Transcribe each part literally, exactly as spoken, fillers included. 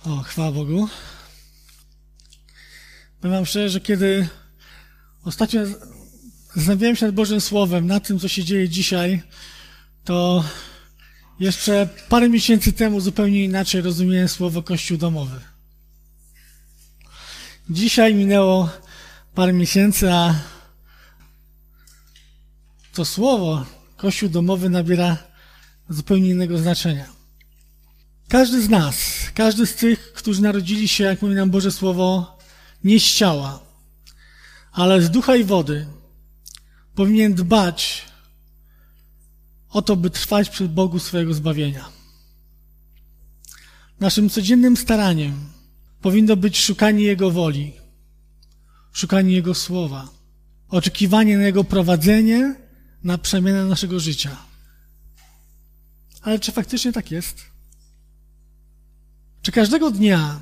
O, chwała Bogu. Powiem wam szczerze, że kiedy ostatnio zastanawiałem się nad Bożym Słowem, nad tym, co się dzieje dzisiaj, to jeszcze parę miesięcy temu zupełnie inaczej rozumiałem słowo Kościół domowy. Dzisiaj minęło parę miesięcy, a to słowo Kościół domowy nabiera zupełnie innego znaczenia. Każdy z nas, każdy z tych, którzy narodzili się, jak mówi nam Boże Słowo, nie z ciała, ale z ducha i wody, powinien dbać o to, by trwać przed Bogu swojego zbawienia. Naszym codziennym staraniem powinno być szukanie Jego woli, szukanie Jego słowa, oczekiwanie na Jego prowadzenie, na przemianę naszego życia. Ale czy faktycznie tak jest? Czy każdego dnia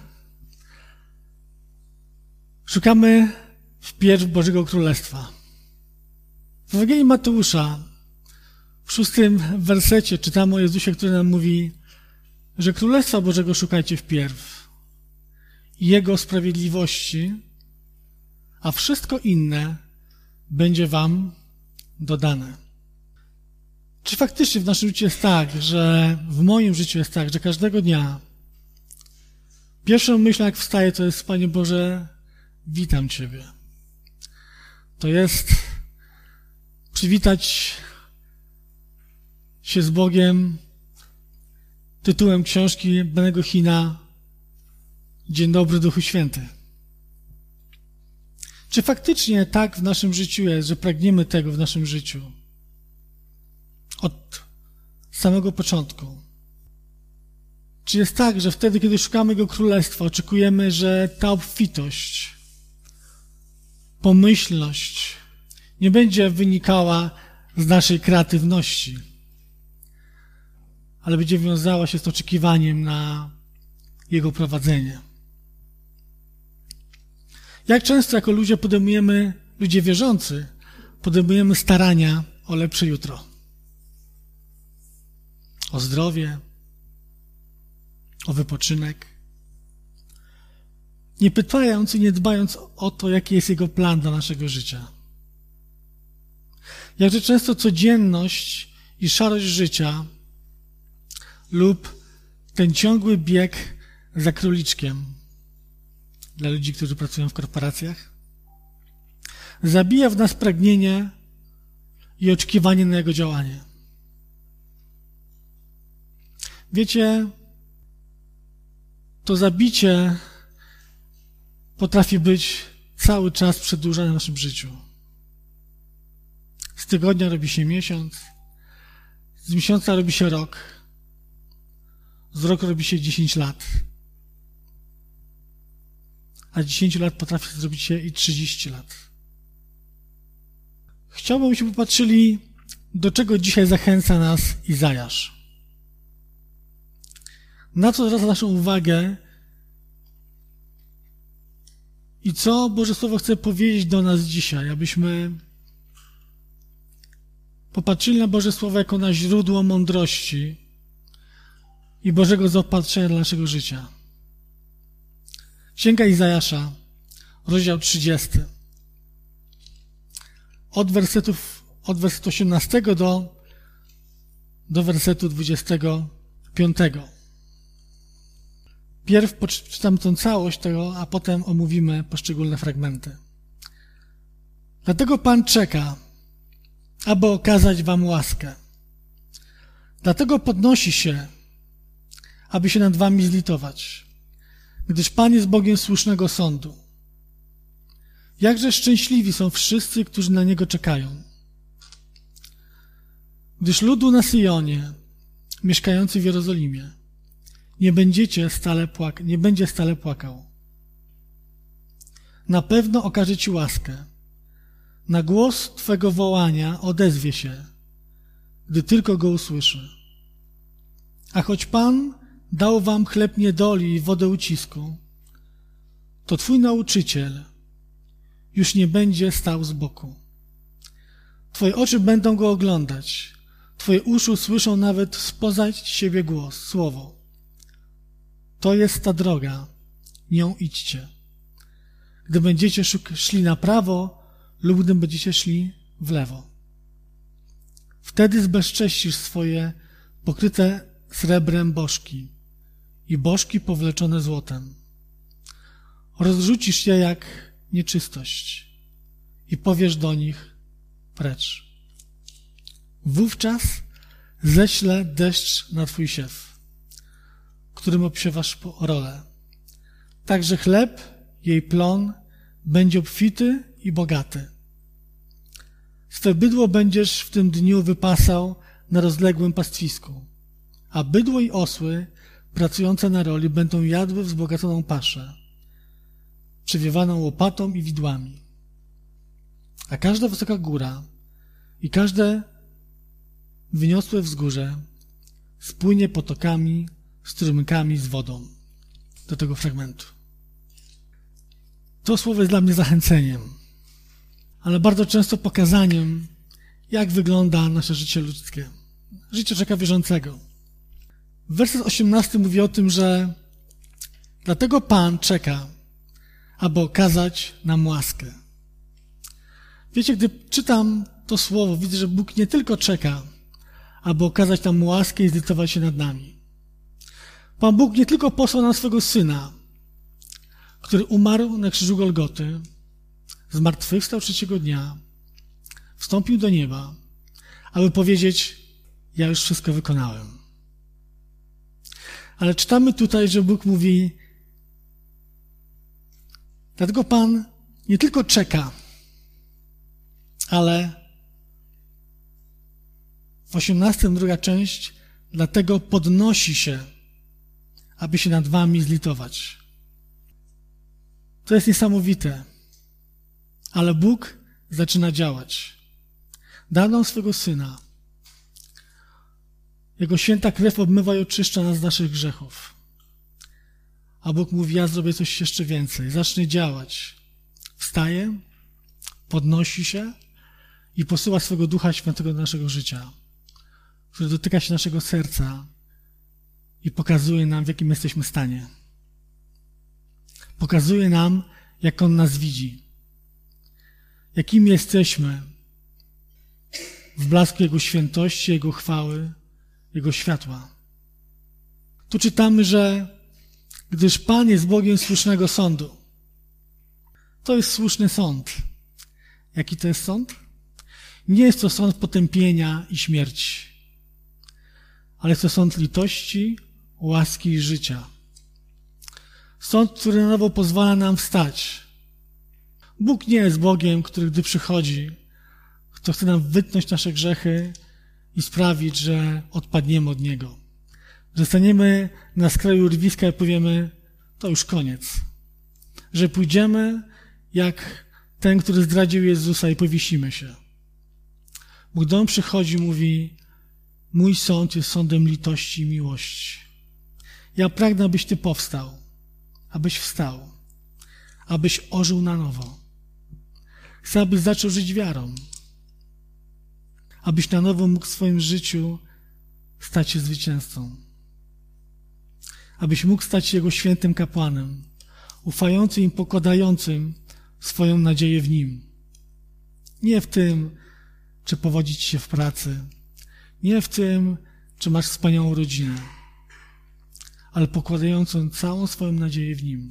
szukamy wpierw Bożego Królestwa? W Ewangelii Mateusza w szóstym wersecie czytamy o Jezusie, który nam mówi, że Królestwa Bożego szukajcie wpierw i Jego sprawiedliwości, a wszystko inne będzie wam dodane. Czy faktycznie w naszym życiu jest tak, że w moim życiu jest tak, że każdego dnia pierwszą myślą, jak wstaję, to jest: Panie Boże, witam Ciebie. To jest przywitać się z Bogiem tytułem książki Benego Hina Dzień dobry, Duchu Święty. Czy faktycznie tak w naszym życiu jest, że pragniemy tego w naszym życiu? Od samego początku. Czy jest tak, że wtedy, kiedy szukamy Jego Królestwa, oczekujemy, że ta obfitość, pomyślność nie będzie wynikała z naszej kreatywności, ale będzie wiązała się z oczekiwaniem na Jego prowadzenie? Jak często jako ludzie podejmujemy, ludzie wierzący, podejmujemy starania o lepsze jutro, o zdrowie, o wypoczynek, nie pytając i nie dbając o to, jaki jest Jego plan dla naszego życia. Jakże często codzienność i szarość życia lub ten ciągły bieg za króliczkiem dla ludzi, którzy pracują w korporacjach, zabija w nas pragnienie i oczekiwanie na Jego działanie. Wiecie, to zabicie potrafi być cały czas przedłużane w naszym życiu. Z tygodnia robi się miesiąc, z miesiąca robi się rok, z roku robi się dziesięć lat, a z dziesięciu lat potrafi zrobić się i trzydzieści lat. Chciałbym, byśmy popatrzyli, do czego dzisiaj zachęca nas Izajasz. Na co zwraca naszą uwagę i co Boże Słowo chce powiedzieć do nas dzisiaj, abyśmy popatrzyli na Boże Słowo jako na źródło mądrości i Bożego zaopatrzenia dla naszego życia. Księga Izajasza, rozdział trzydziesty. Od wersetów, od wersetu osiemnastego do, do wersetu dwudziestego piątego. Pierw przeczytam tę całość tego, a potem omówimy poszczególne fragmenty. Dlatego Pan czeka, aby okazać wam łaskę. Dlatego podnosi się, aby się nad wami zlitować, gdyż Pan jest Bogiem słusznego sądu. Jakże szczęśliwi są wszyscy, którzy na Niego czekają. Gdyż ludu na Syjonie, mieszkający w Jerozolimie, nie będziecie stale płak- nie będzie stale płakał. Na pewno okaże ci łaskę. Na głos Twego wołania odezwie się, gdy tylko go usłyszy. A choć Pan dał wam chleb niedoli i wodę ucisku, to Twój nauczyciel już nie będzie stał z boku. Twoje oczy będą go oglądać, Twoje uszy słyszą nawet spoza siebie głos, słowo. To jest ta droga, nią idźcie. Gdy będziecie szli na prawo lub gdy będziecie szli w lewo. Wtedy zbezcześcisz swoje pokryte srebrem bożki i bożki powleczone złotem. Rozrzucisz je jak nieczystość i powiesz do nich precz. Wówczas ześlę deszcz na twój siew, którym obsiewasz rolę. Także chleb, jej plon będzie obfity i bogaty. Swe bydło będziesz w tym dniu wypasał na rozległym pastwisku, a bydło i osły pracujące na roli będą jadły wzbogaconą paszę, przewiewaną łopatą i widłami. A każda wysoka góra i każde wyniosłe wzgórze spłynie potokami, strumykami z wodą. Do tego fragmentu. To słowo jest dla mnie zachęceniem, ale bardzo często pokazaniem, jak wygląda nasze życie ludzkie. Życie człowieka wierzącego. Werset osiemnasty mówi o tym, że dlatego Pan czeka, aby okazać nam łaskę. Wiecie, gdy czytam to słowo, widzę, że Bóg nie tylko czeka, aby okazać nam łaskę i zlitować się nad nami. Pan Bóg nie tylko posłał nam swego Syna, który umarł na krzyżu Golgoty, zmartwychwstał trzeciego dnia, wstąpił do nieba, aby powiedzieć, ja już wszystko wykonałem. Ale czytamy tutaj, że Bóg mówi, dlatego Pan nie tylko czeka, ale w osiemnastym druga część, dlatego podnosi się, aby się nad wami zlitować. To jest niesamowite, ale Bóg zaczyna działać. Dał nam swego Syna. Jego święta krew obmywa i oczyszcza nas z naszych grzechów. A Bóg mówi, ja zrobię coś jeszcze więcej. Zacznie działać. Wstaje, podnosi się i posyła swego Ducha Świętego do naszego życia, który dotyka się naszego serca i pokazuje nam, w jakim jesteśmy stanie. Pokazuje nam, jak On nas widzi. Jakim jesteśmy w blasku Jego świętości, Jego chwały, Jego światła. Tu czytamy, że gdyż Pan jest Bogiem słusznego sądu. To jest słuszny sąd. Jaki to jest sąd? Nie jest to sąd potępienia i śmierci, ale jest to sąd litości, łaski i życia. Sąd, który na nowo pozwala nam wstać. Bóg nie jest Bogiem, który gdy przychodzi, to chce nam wytnąć nasze grzechy i sprawić, że odpadniemy od Niego. Że staniemy na skraju urwiska i powiemy, to już koniec. Że pójdziemy jak ten, który zdradził Jezusa i powiesimy się. Bóg do mnie przychodzi i mówi, mój sąd jest sądem litości i miłości. Ja pragnę, abyś Ty powstał, abyś wstał, abyś ożył na nowo. Chcę, abyś zaczął żyć wiarą, abyś na nowo mógł w swoim życiu stać się zwycięzcą, abyś mógł stać się Jego świętym kapłanem, ufającym i pokładającym swoją nadzieję w Nim. Nie w tym, czy powodzić się w pracy, nie w tym, czy masz wspaniałą rodzinę, ale pokładającym całą swoją nadzieję w Nim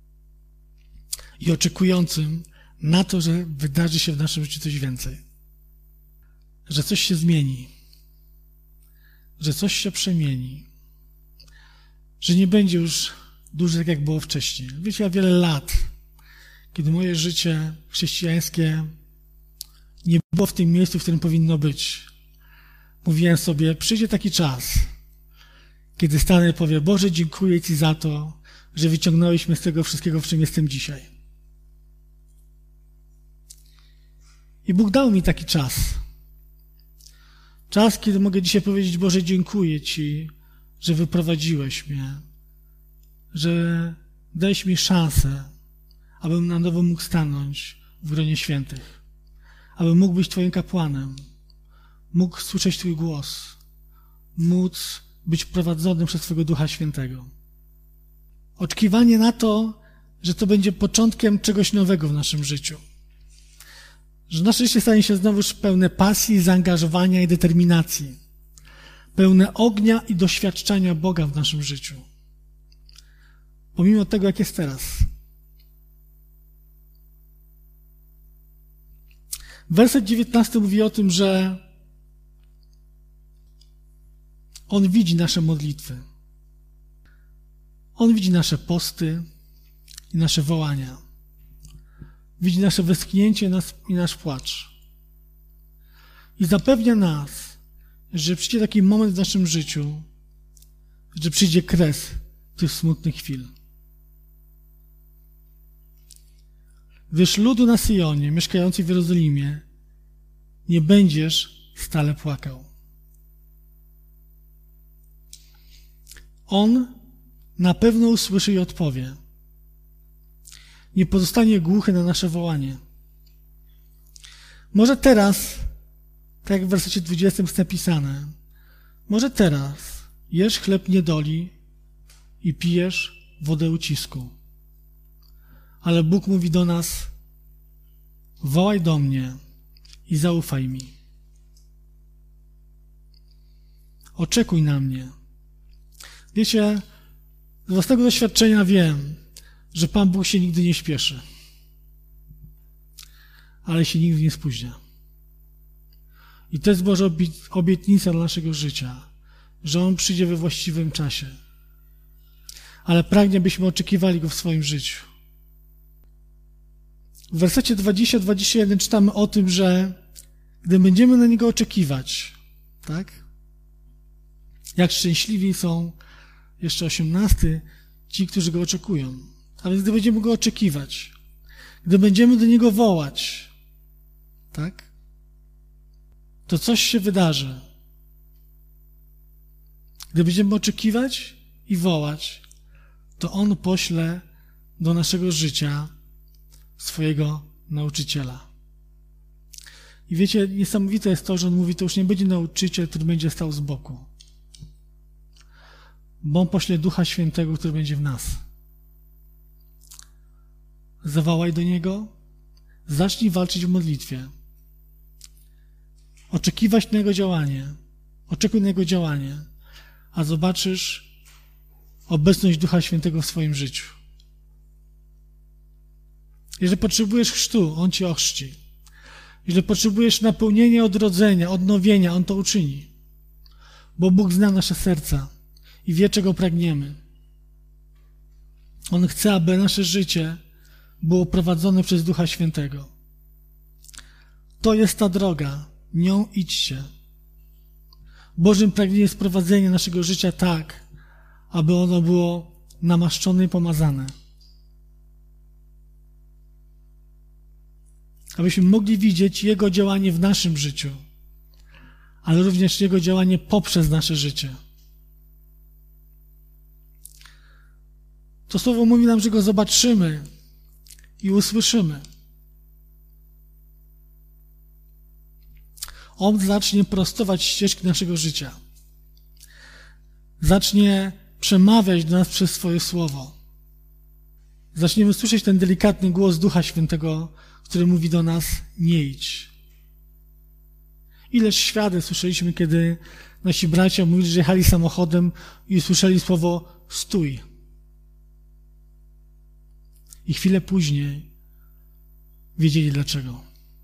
i oczekującym na to, że wydarzy się w naszym życiu coś więcej, że coś się zmieni, że coś się przemieni, że nie będzie już duży tak, jak było wcześniej. Wiecie, ja wiele lat, kiedy moje życie chrześcijańskie nie było w tym miejscu, w którym powinno być, mówiłem sobie, przyjdzie taki czas, kiedy stanę i powiem, Boże, dziękuję Ci za to, że wyciągnąłeś mnie z tego wszystkiego, w czym jestem dzisiaj. I Bóg dał mi taki czas. Czas, kiedy mogę dzisiaj powiedzieć, Boże, dziękuję Ci, że wyprowadziłeś mnie, że dałeś mi szansę, abym na nowo mógł stanąć w gronie świętych, abym mógł być Twoim kapłanem, mógł słyszeć Twój głos, móc być prowadzonym przez Twojego Ducha Świętego. Oczekiwanie na to, że to będzie początkiem czegoś nowego w naszym życiu. Że nasze życie stanie się znowuż pełne pasji, zaangażowania i determinacji. Pełne ognia i doświadczenia Boga w naszym życiu. Pomimo tego, jak jest teraz. Werset dziewiętnasty mówi o tym, że On widzi nasze modlitwy. On widzi nasze posty i nasze wołania. Widzi nasze westchnięcie i nasz płacz. I zapewnia nas, że przyjdzie taki moment w naszym życiu, że przyjdzie kres tych smutnych chwil. Gdyż ludu na Syjonie, mieszkający w Jerozolimie, nie będziesz stale płakał. On na pewno usłyszy i odpowie. Nie pozostanie głuchy na nasze wołanie. Może teraz, tak jak w wersecie dwudziestym jest napisane, może teraz jesz chleb niedoli i pijesz wodę ucisku. Ale Bóg mówi do nas: wołaj do mnie i zaufaj mi. Oczekuj na mnie. Wiecie, z własnego doświadczenia wiem, że Pan Bóg się nigdy nie śpieszy, ale się nigdy nie spóźnia. I to jest Boża obietnica dla naszego życia, że On przyjdzie we właściwym czasie. Ale pragnie, byśmy oczekiwali Go w swoim życiu. W wersecie dwudziestym dwudziestym jeden czytamy o tym, że gdy będziemy na Niego oczekiwać, tak? Jak szczęśliwi są, jeszcze osiemnasty, ci, którzy Go oczekują. A więc gdy będziemy Go oczekiwać, gdy będziemy do Niego wołać, tak? To coś się wydarzy. Gdy będziemy oczekiwać i wołać, to On pośle do naszego życia swojego nauczyciela. I wiecie, niesamowite jest to, że On mówi, to już nie będzie nauczyciel, który będzie stał z boku. Bo On pośle Ducha Świętego, który będzie w nas. Zawołaj do Niego, zacznij walczyć w modlitwie. Oczekiwać na Jego działanie. Oczekuj na Jego działanie, a zobaczysz obecność Ducha Świętego w swoim życiu. Jeżeli potrzebujesz chrztu, On Cię ochrzci. Jeżeli potrzebujesz napełnienia, odrodzenia, odnowienia, On to uczyni. Bo Bóg zna nasze serca i wie, czego pragniemy. On chce, aby nasze życie było prowadzone przez Ducha Świętego. To jest ta droga. Nią idźcie. Bożym pragnieniem jest prowadzenie naszego życia tak, aby ono było namaszczone i pomazane. Abyśmy mogli widzieć Jego działanie w naszym życiu, ale również Jego działanie poprzez nasze życie. To słowo mówi nam, że Go zobaczymy i usłyszymy. On zacznie prostować ścieżki naszego życia. Zacznie przemawiać do nas przez swoje słowo. Zaczniemy słyszeć ten delikatny głos Ducha Świętego, który mówi do nas: nie idź. Ileż świadectw słyszeliśmy, kiedy nasi bracia mówili, że jechali samochodem i usłyszeli słowo stój. I chwilę później wiedzieli dlaczego.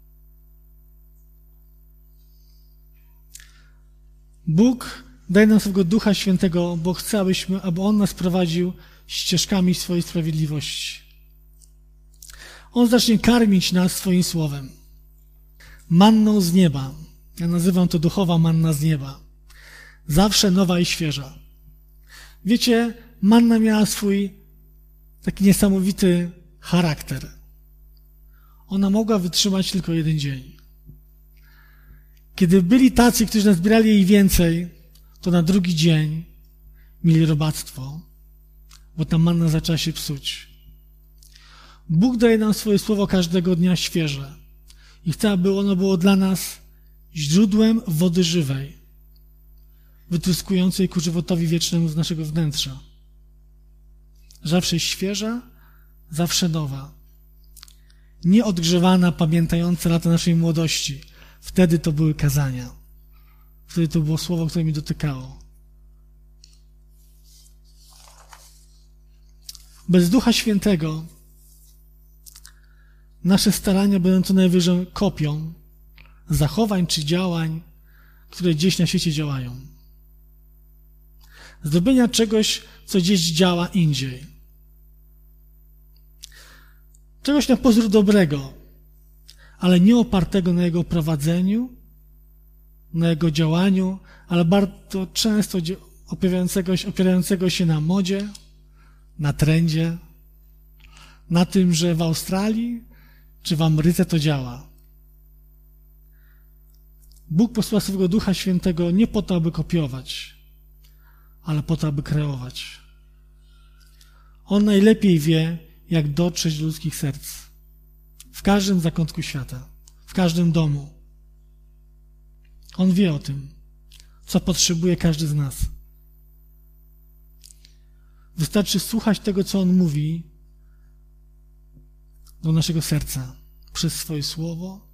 Bóg daje nam swego Ducha Świętego, bo chce, abyśmy, aby On nas prowadził ścieżkami swojej sprawiedliwości. On zacznie karmić nas swoim słowem. Manną z nieba. Ja nazywam to duchowa manna z nieba. Zawsze nowa i świeża. Wiecie, manna miała swój taki niesamowity charakter. Ona mogła wytrzymać tylko jeden dzień. Kiedy byli tacy, którzy nazbierali jej więcej, to na drugi dzień mieli robactwo, bo ta manna zaczęła się psuć. Bóg daje nam swoje słowo każdego dnia świeże i chce, aby ono było dla nas źródłem wody żywej, wytryskującej ku żywotowi wiecznemu z naszego wnętrza. zawsze świeża, zawsze nowa. Nieodgrzewana, pamiętająca lata naszej młodości. Wtedy to były kazania. Wtedy to było słowo, które mi dotykało. Bez Ducha Świętego nasze starania będą co najwyżej kopią zachowań czy działań, które gdzieś na świecie działają. Zrobienia czegoś, co gdzieś działa indziej. Czegoś na pozór dobrego, ale nie opartego na jego prowadzeniu, na jego działaniu, ale bardzo często opierającego, opierającego się na modzie, na trendzie, na tym, że w Australii czy w Ameryce to działa. Bóg posłał swego Ducha Świętego nie po to, aby kopiować, ale po to, aby kreować. On najlepiej wie, jak dotrzeć do ludzkich serc. W każdym zakątku świata, w każdym domu. On wie o tym, co potrzebuje każdy z nas. Wystarczy słuchać tego, co On mówi do naszego serca przez swoje słowo.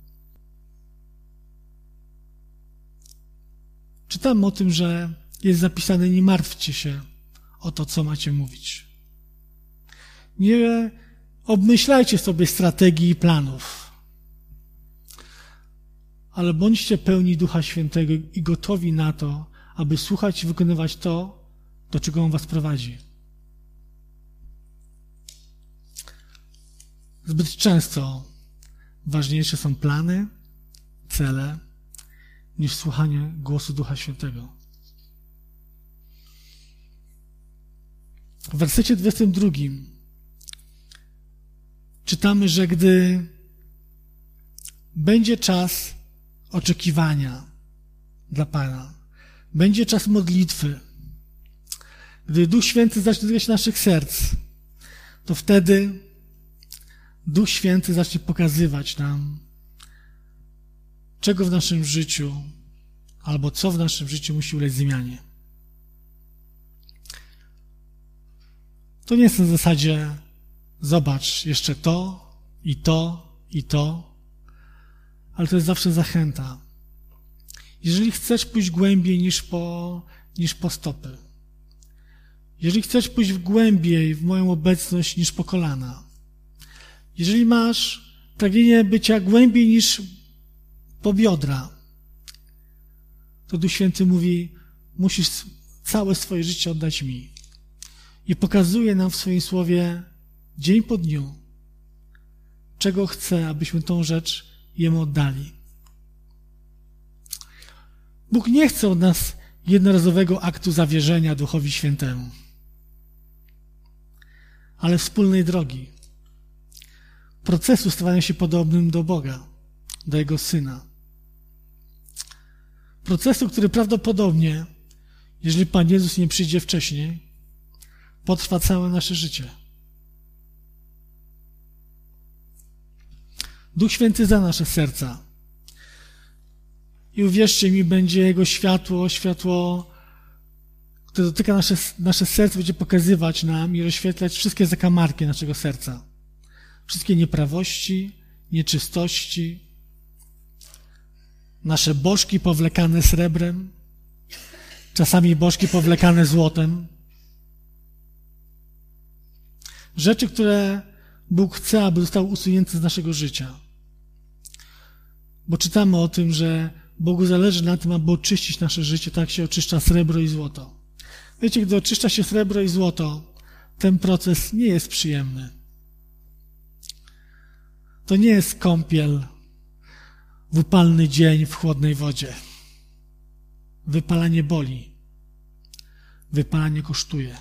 Czytam o tym, że jest zapisane: nie martwcie się o to, co macie mówić. Nie obmyślajcie sobie strategii i planów, ale bądźcie pełni Ducha Świętego i gotowi na to, aby słuchać i wykonywać to, do czego On was prowadzi. Zbyt często ważniejsze są plany, cele, niż słuchanie głosu Ducha Świętego. W wersecie dwudziestym drugim czytamy, że gdy będzie czas oczekiwania dla Pana, będzie czas modlitwy, gdy Duch Święty zacznie dotykać naszych serc, to wtedy Duch Święty zacznie pokazywać nam, czego w naszym życiu albo co w naszym życiu musi ulec zmianie. To nie jest na zasadzie zobacz jeszcze to i to i to, ale to jest zawsze zachęta. Jeżeli chcesz pójść głębiej niż po, niż po stopy, jeżeli chcesz pójść głębiej w moją obecność niż po kolana, jeżeli masz pragnienie bycia głębiej niż po biodra, to Duch Święty mówi, musisz całe swoje życie oddać mi. I pokazuje nam w swoim słowie dzień po dniu, czego chce, abyśmy tą rzecz Jemu oddali. Bóg nie chce od nas jednorazowego aktu zawierzenia Duchowi Świętemu, ale wspólnej drogi, procesu stawania się podobnym do Boga, do Jego Syna. Procesu, który prawdopodobnie, jeżeli Pan Jezus nie przyjdzie wcześniej, potrwa całe nasze życie. Duch Święty za nasze serca. I uwierzcie mi, będzie Jego światło, światło, które dotyka nasze, nasze serce, będzie pokazywać nam i rozświetlać wszystkie zakamarki naszego serca. Wszystkie nieprawości, nieczystości, nasze bożki powlekane srebrem, czasami bożki powlekane złotem. Rzeczy, które Bóg chce, aby zostały usunięte z naszego życia. Bo czytamy o tym, że Bogu zależy na tym, aby oczyścić nasze życie, tak jak się oczyszcza srebro i złoto. Wiecie, gdy oczyszcza się srebro i złoto, ten proces nie jest przyjemny. To nie jest kąpiel w upalny dzień w chłodnej wodzie. Wypalanie boli. Wypalanie kosztuje.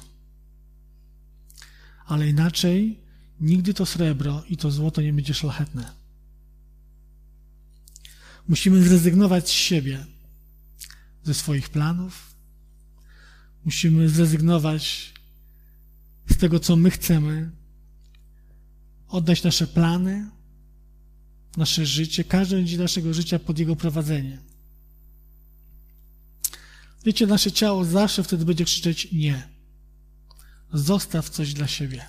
Ale inaczej nigdy to srebro i to złoto nie będzie szlachetne. Musimy zrezygnować z siebie, ze swoich planów. Musimy zrezygnować z tego, co my chcemy. Oddać nasze plany, nasze życie, każdy dzień naszego życia pod Jego prowadzenie. Wiecie, nasze ciało zawsze wtedy będzie krzyczeć nie. Zostaw coś dla siebie.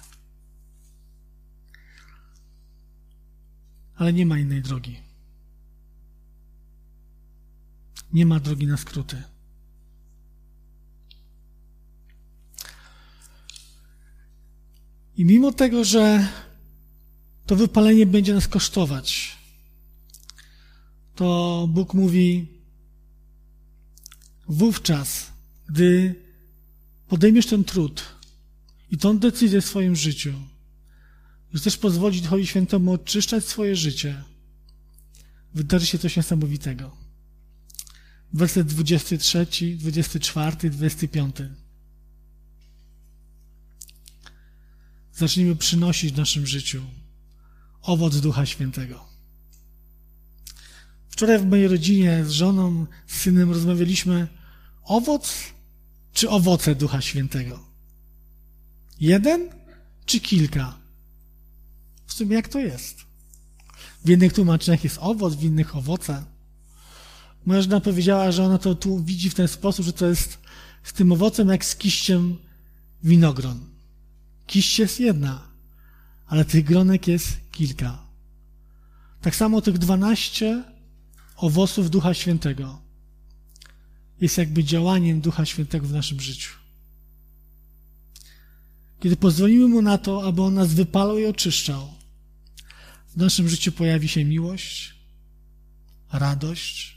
Ale nie ma innej drogi. Nie ma drogi na skróty. I mimo tego, że to wypalenie będzie nas kosztować, to Bóg mówi, wówczas, gdy podejmiesz ten trud i tą decyzję w swoim życiu, że chcesz pozwolić Duchowi Świętemu oczyszczać swoje życie, wydarzy się coś niesamowitego. Werset dwudziesty trzeci, dwudziesty czwarty, dwudziesty piąty. Zacznijmy przynosić w naszym życiu owoc Ducha Świętego. Wczoraj w mojej rodzinie z żoną, z synem rozmawialiśmy, owoc czy owoce Ducha Świętego? Jeden czy kilka? W sumie jak to jest? W jednych tłumaczeniach jest owoc, w innych owoce. Moja żona powiedziała, że ona to tu widzi w ten sposób, że to jest z tym owocem jak z kiściem winogron. Kiść jest jedna, ale tych gronek jest kilka. Tak samo tych dwanaście owoców Ducha Świętego jest jakby działaniem Ducha Świętego w naszym życiu. Kiedy pozwolimy Mu na to, aby On nas wypalał i oczyszczał, w naszym życiu pojawi się miłość, radość,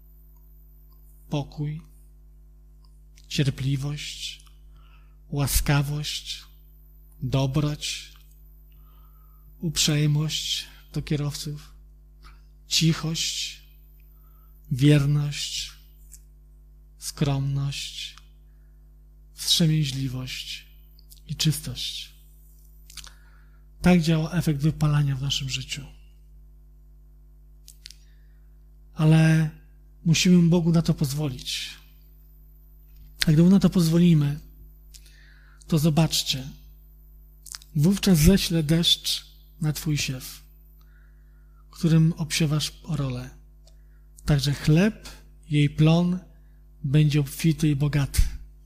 pokój, cierpliwość, łaskawość, dobroć, uprzejmość do kierowców, cichość, wierność, skromność, wstrzemięźliwość i czystość. Tak działa efekt wypalania w naszym życiu. Ale musimy Bogu na to pozwolić. A gdy Mu na to pozwolimy, to zobaczcie, wówczas ześlę deszcz na Twój siew, którym obsiewasz rolę. Także chleb, jej plon będzie obfity i bogaty.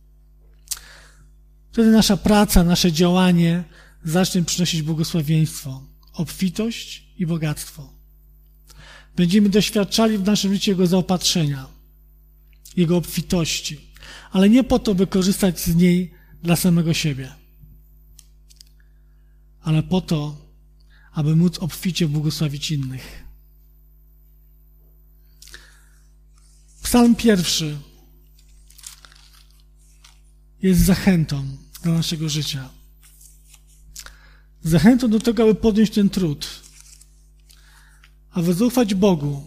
Wtedy nasza praca, nasze działanie zacznie przynosić błogosławieństwo, obfitość i bogactwo. Będziemy doświadczali w naszym życiu Jego zaopatrzenia, Jego obfitości, ale nie po to, by korzystać z niej dla samego siebie, ale po to, aby móc obficie błogosławić innych. Psalm pierwszy jest zachętą dla naszego życia. Zachętą do tego, aby podjąć ten trud, aby zaufać Bogu,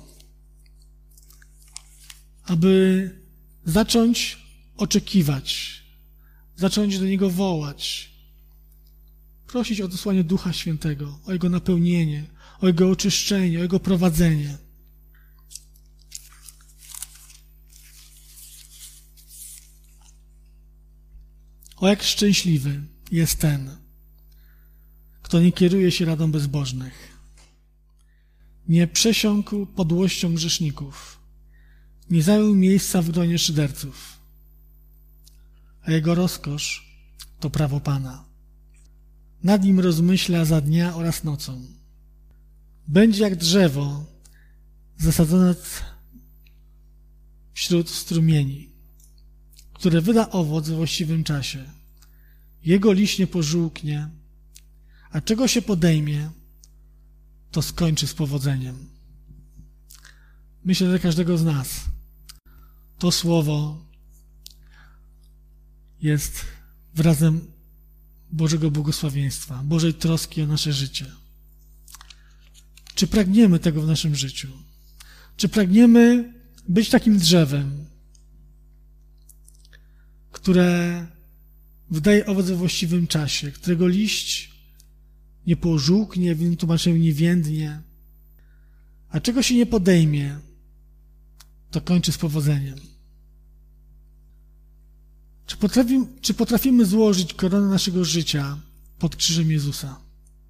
aby zacząć oczekiwać, zacząć do Niego wołać, prosić o odesłanie Ducha Świętego, o Jego napełnienie, o Jego oczyszczenie, o Jego prowadzenie. O jak szczęśliwy jest ten, kto nie kieruje się radą bezbożnych, nie przesiąkł podłością grzeszników, nie zajął miejsca w gronie szyderców, a jego rozkosz to prawo Pana. Nad nim rozmyśla za dnia oraz nocą. Będzie jak drzewo zasadzone wśród strumieni, które wyda owoc we właściwym czasie. Jego liść nie pożółknie, a czego się podejmie, to skończy z powodzeniem. Myślę, że każdego z nas to słowo jest wyrazem Bożego błogosławieństwa, Bożej troski o nasze życie. Czy pragniemy tego w naszym życiu? Czy pragniemy być takim drzewem, które wydaje owoc we właściwym czasie, którego liść nie pożółknie, w innym tłumaczeniu nie więdnie, a czego się nie podejmie, to kończy z powodzeniem. Czy potrafimy, czy potrafimy złożyć koronę naszego życia pod krzyżem Jezusa?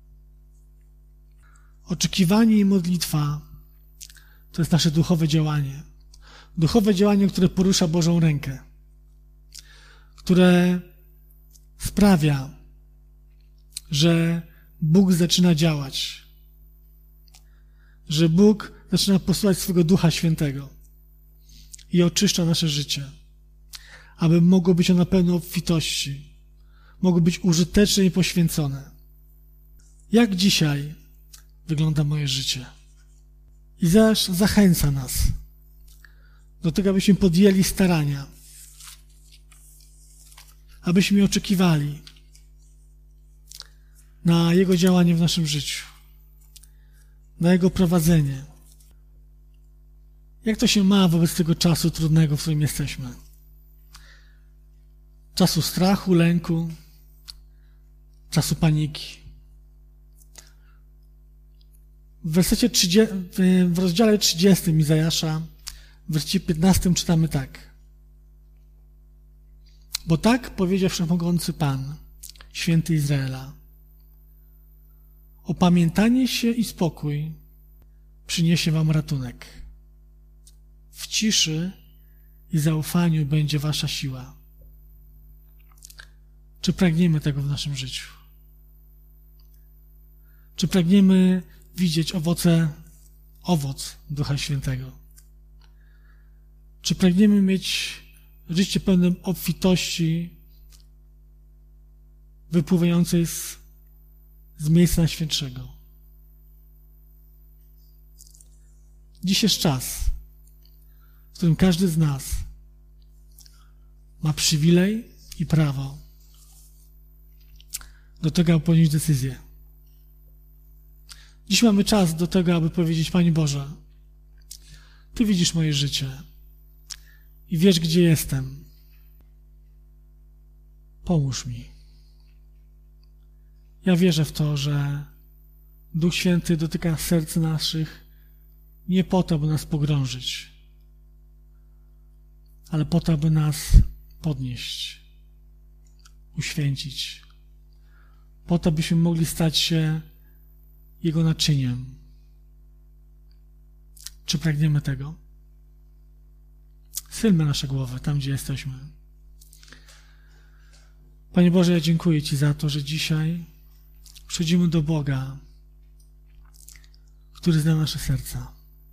Oczekiwanie i modlitwa to jest nasze duchowe działanie. Duchowe działanie, które porusza Bożą rękę, które sprawia, że Bóg zaczyna działać, że Bóg zaczyna posyłać swego Ducha Świętego i oczyszcza nasze życie, aby mogło być ono pełne obfitości, mogło być użyteczne i poświęcone. Jak dzisiaj wygląda moje życie? Izajasz zachęca nas do tego, abyśmy podjęli starania, abyśmy oczekiwali na Jego działanie w naszym życiu, na Jego prowadzenie. Jak to się ma wobec tego czasu trudnego, w którym jesteśmy? Czasu strachu, lęku, czasu paniki. W wersecie trzydziestym, w rozdziale trzydziestym Izajasza, w wersecie piętnastym czytamy tak. Bo tak powiedział Wszechmogący Pan, Święty Izraela. Opamiętanie się i spokój przyniesie wam ratunek. W ciszy i zaufaniu będzie wasza siła. Czy pragniemy tego w naszym życiu? Czy pragniemy widzieć owoce, owoc Ducha Świętego? Czy pragniemy mieć życie pełne obfitości wypływającej z, z miejsca Najświętszego? Dziś jest czas, w którym każdy z nas ma przywilej i prawo do tego, aby podjąć decyzję. Dziś mamy czas do tego, aby powiedzieć: Panie Boże, Ty widzisz moje życie i wiesz, gdzie jestem. Pomóż mi. Ja wierzę w to, że Duch Święty dotyka serc naszych nie po to, by nas pogrążyć, ale po to, aby nas podnieść, uświęcić, po to, byśmy mogli stać się Jego naczyniem. Czy pragniemy tego? Schylmy nasze głowy tam, gdzie jesteśmy. Panie Boże, ja dziękuję Ci za to, że dzisiaj przychodzimy do Boga, który zna nasze serca.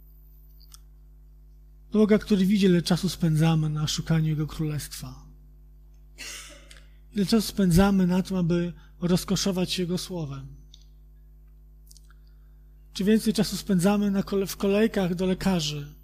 Do Boga, który widzi, ile czasu spędzamy na szukaniu Jego Królestwa. Ile czasu spędzamy na tym, aby rozkoszować się Jego Słowem. Czy więcej czasu spędzamy na kole, w kolejkach do lekarzy,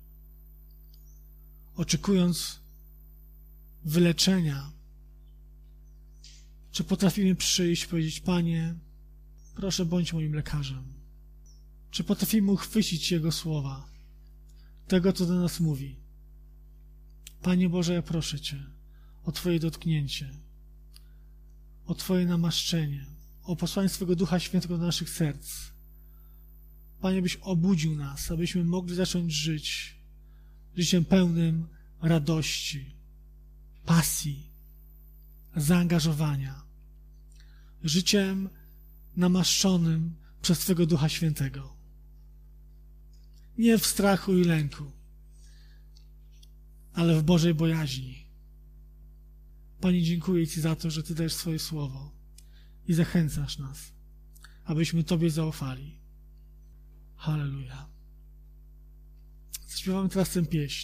oczekując wyleczenia? Czy potrafimy przyjść i powiedzieć: Panie, proszę, bądź moim lekarzem? Czy potrafimy uchwycić Jego słowa, tego, co do nas mówi? Panie Boże, ja proszę Cię o Twoje dotknięcie, o Twoje namaszczenie, o posłanie swego Ducha Świętego do naszych serc. Panie, byś obudził nas, abyśmy mogli zacząć żyć życiem pełnym radości, pasji, zaangażowania, życiem namaszczonym przez Twego Ducha Świętego. Nie w strachu i lęku, ale w Bożej bojaźni. Panie, dziękuję Ci za to, że Ty dajesz swoje słowo i zachęcasz nas, abyśmy Tobie zaufali. Halleluja. Zaśpiewamy teraz tę pieśń.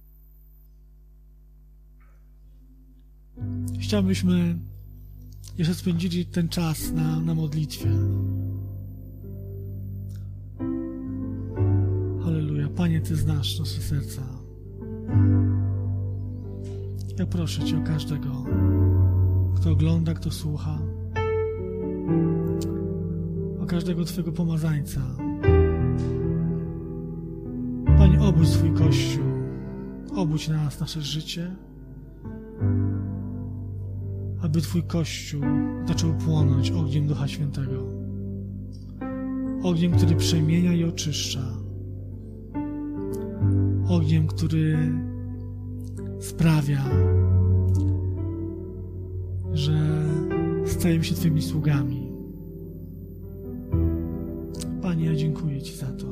Chciałbyśmy jeszcze spędzili ten czas na, na modlitwie. Halleluja. Panie, Ty znasz nasze serca. Ja proszę Cię o każdego, kto ogląda, kto słucha, o każdego Twojego pomazańca. Panie, obudź swój Kościół, obudź na nas nasze życie, aby Twój Kościół zaczął płonąć ogniem Ducha Świętego. Ogniem, który przemienia i oczyszcza. Ogniem, który sprawia, że stajemy się Twymi sługami. Panie, ja dziękuję Ci za to.